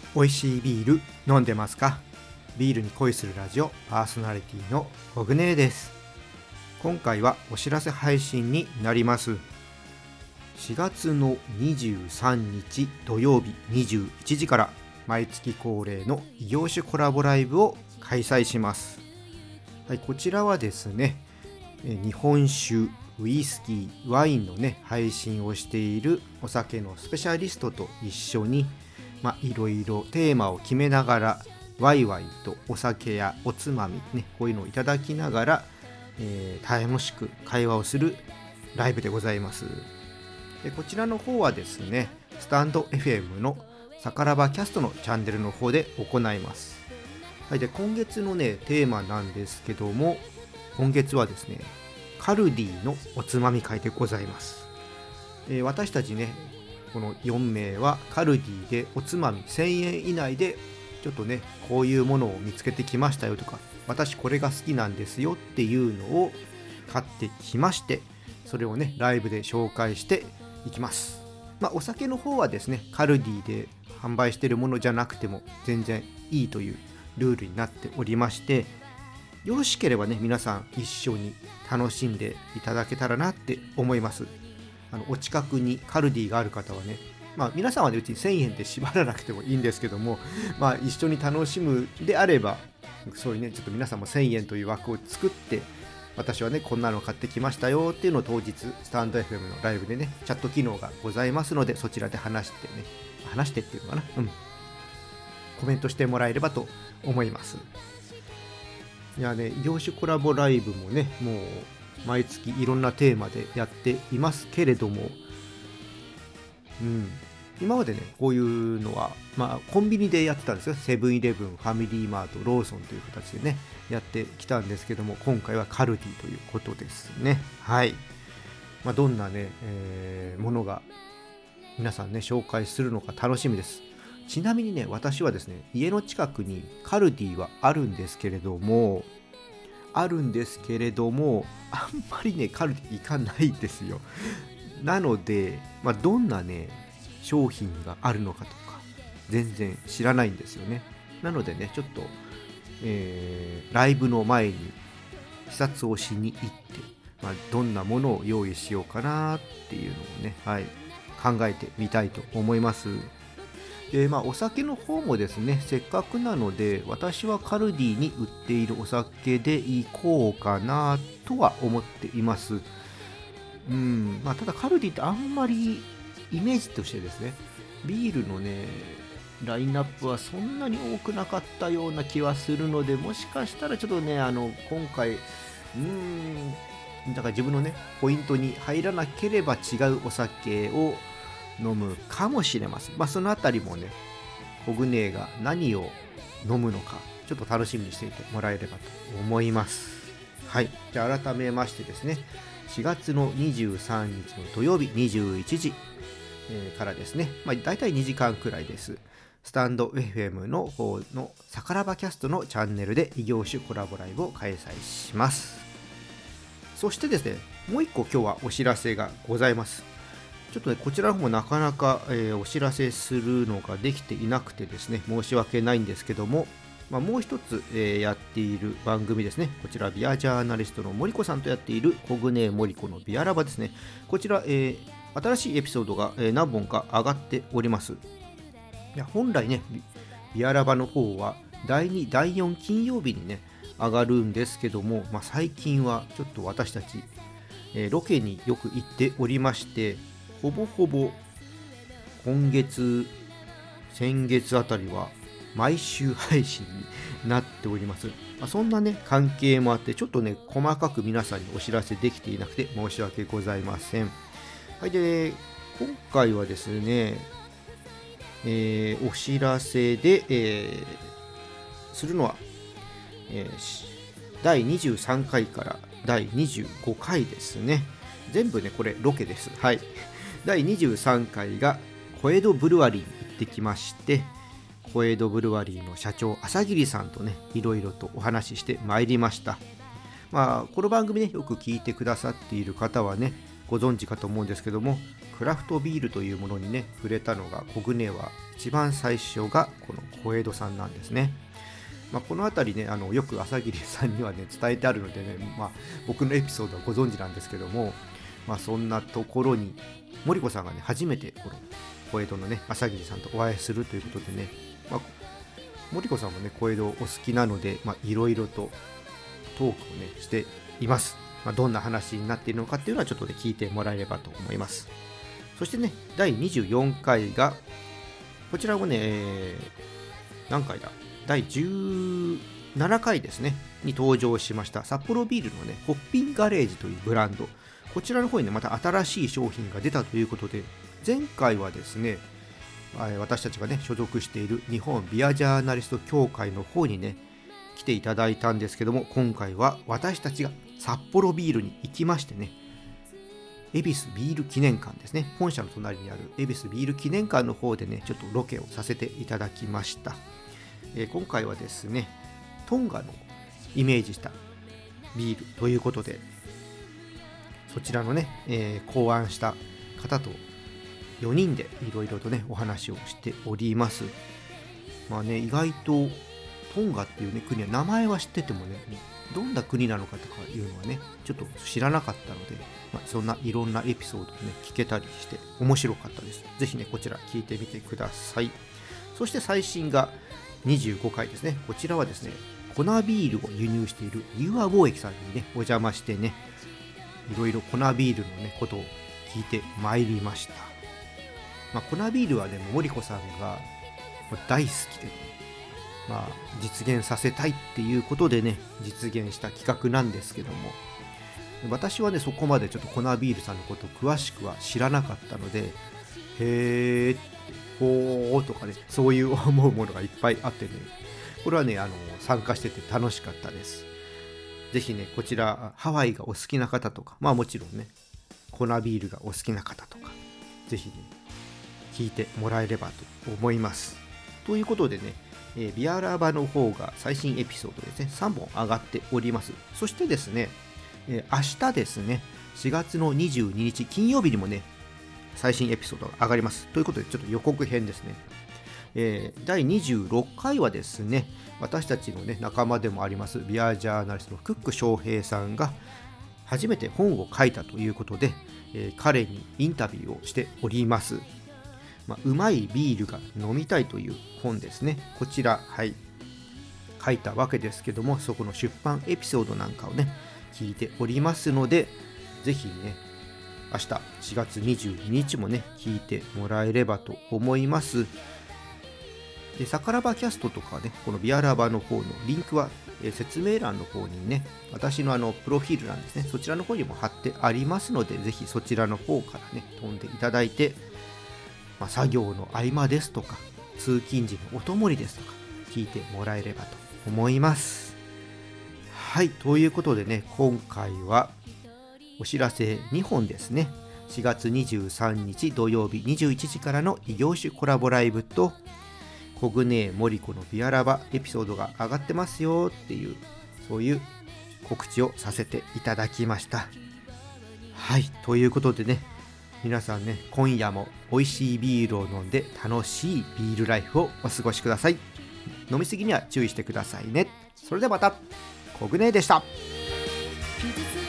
美味しいビール飲んでますか？ビールに恋するラジオパーソナリティのコグネです。今回はお知らせ配信になります。4月の23日土曜日21時から毎月恒例の異業種コラボライブを開催します。はい、こちらはですね、日本酒、ウイスキー、ワインのね配信をしているお酒のスペシャリストと一緒にいろいろテーマを決めながらワイワイとお酒やおつまみね、こういうのをいただきながら、楽しく会話をするライブでございます。でこちらの方はですね、スタンド FM のさからばキャストのチャンネルの方で行います。はい、で今月のねテーマなんですけども、今月はですねカルディのおつまみ会でございます。私たちねこの4名はカルディでおつまみ1000円以内でちょっとねこういうものを見つけてきましたよとか、私これが好きなんですよっていうのを買ってきまして、それをねライブで紹介していきます。お酒の方はですねカルディで販売しているものじゃなくても全然いいというルールになっておりまして、よろしければね皆さん一緒に楽しんでいただけたらなって思います。お近くにカルディがある方はね、皆さんはねうちに1000円で縛らなくてもいいんですけども、一緒に楽しむであればそういうねちょっと皆さんも1000円という枠を作って、私はねこんなの買ってきましたよっていうのを当日スタンド FM のライブでねチャット機能がございますので、そちらで話してっていうのかな、コメントしてもらえればと思います。いやね、業種コラボライブもねもう毎月いろんなテーマでやっていますけれども、今までねこういうのはコンビニでやってたんですよ。セブンイレブン、ファミリーマート、ローソンという形でねやってきたんですけども、今回はカルディということですね。はい、どんなね、ものが皆さんね紹介するのか楽しみです。ちなみにね私はですね家の近くにカルディはあるんですけれどもあんまりねカルディ行かないですよ。なので、どんなね商品があるのかとか全然知らないんですよね。なのでねちょっと、ライブの前に視察をしに行って、どんなものを用意しようかなっていうのをね、考えてみたいと思います。でお酒の方もですね、せっかくなので私はカルディに売っているお酒で行こうかなとは思っています。ただカルディってあんまりイメージとしてですね、ビールのねラインナップはそんなに多くなかったような気はするので、もしかしたらちょっとね今回だから自分のねポイントに入らなければ違うお酒を飲むかもしれません。そのあたりもねコグネが何を飲むのかちょっと楽しみにしていてもらえればと思います。はい、じゃあ改めましてですね、4月の23日の土曜日21時からですね、だいたい2時間くらいです。スタンド FM の方のさからばキャストのチャンネルで異業種コラボライブを開催します。そしてですね、もう一個今日はお知らせがございます。ちょっとねこちらの方もなかなか、お知らせするのができていなくてですね申し訳ないんですけども、もう一つ、やっている番組ですね。こちらビアジャーナリストの森子さんとやっているコグネ森子のビアラバですね。こちら、新しいエピソードが、何本か上がっております。本来ねビアラバの方は第2第4金曜日にね上がるんですけども、最近はちょっと私たち、ロケによく行っておりまして、ほぼほぼ先月あたりは毎週配信になっております。そんなね関係もあってちょっとね細かく皆さんにお知らせできていなくて申し訳ございません。はい、で今回はですね、お知らせで、するのは、第23回から第25回ですね。全部ねこれロケです。はい、第23回が小江戸ブルワリーに行ってきまして、小江戸ブルワリーの社長朝霧さんとねいろいろとお話ししてまいりました。この番組ねよく聞いてくださっている方はねご存知かと思うんですけども、クラフトビールというものにね触れたのがコグネは一番最初がこの小江戸さんなんですね。このあたりねよく朝霧さんにはね伝えてあるのでね、僕のエピソードはご存知なんですけども、そんなところに森子さんがね初めてこの小江戸のね朝霧さんとお会いするということでね、森子さんもね小江戸お好きなのでいろいろとトークをねしています。どんな話になっているのかっていうのはちょっとで聞いてもらえればと思います。そしてね第24回がこちらもね、何回だ第17回ですねに登場しました札幌ビールのねホッピンガレージというブランド、こちらの方にねまた新しい商品が出たということで、前回はですね私たちがね所属している日本ビアジャーナリスト協会の方にね来ていただいたんですけども、今回は私たちが札幌ビールに行きましてね、恵比寿ビール記念館ですね、本社の隣にある恵比寿ビール記念館の方でねちょっとロケをさせていただきました。今回はですねトンガのイメージしたビールということで、そちらのね、考案した方と4人でいろいろとねお話をしております。意外とトンガっていうね国は名前は知っててもねどんな国なのかとかいうのはねちょっと知らなかったので、そんないろんなエピソードをね聞けたりして面白かったです。ぜひねこちら聞いてみてください。そして最新が25回ですね。こちらはですね粉ビールを輸入している友和貿易さんにねお邪魔してねいろいろ粉ビールのねことを聞いてまいりました。粉ビールはね森子さんが大好きでね、実現させたいっていうことでね実現した企画なんですけども、私はねそこまでちょっと粉ビールさんのことを詳しくは知らなかったので、へーほーとかねそういう思うものがいっぱいあってね、これはね参加してて楽しかったです。ぜひねこちらハワイがお好きな方とか、もちろんね粉ビールがお好きな方とかぜひね聞いてもらえればと思います。ということでね、ビアラバの方が最新エピソードですね3本上がっております。そしてですね、明日ですね4月の22日金曜日にもね最新エピソードが上がります。ということでちょっと予告編ですね。第26回はですね私たちの、ね、仲間でもありますビアジャーナリストのクック翔平さんが初めて本を書いたということで、彼にインタビューをしております。うまいビールが飲みたいという本ですね。こちら、書いたわけですけども、そこの出版エピソードなんかをね聞いておりますので、ぜひね明日4月22日もね聞いてもらえればと思います。でサカラバキャストとかねこのビアラバの方のリンクは、説明欄の方にね私のプロフィール欄ですねそちらの方にも貼ってありますので、ぜひそちらの方からね飛んでいただいて、作業の合間ですとか通勤時のお供にですとか聞いてもらえればと思います。はい、ということでね今回はお知らせ2本ですね。4月23日土曜日21時からの異業種コラボライブとコグネモリコのビアラバエピソードが上がってますよっていうそういう告知をさせていただきました。はい、ということでね皆さんね今夜も美味しいビールを飲んで楽しいビールライフをお過ごしください。飲みすぎには注意してくださいね。それではまた、コグネでした。 傷つ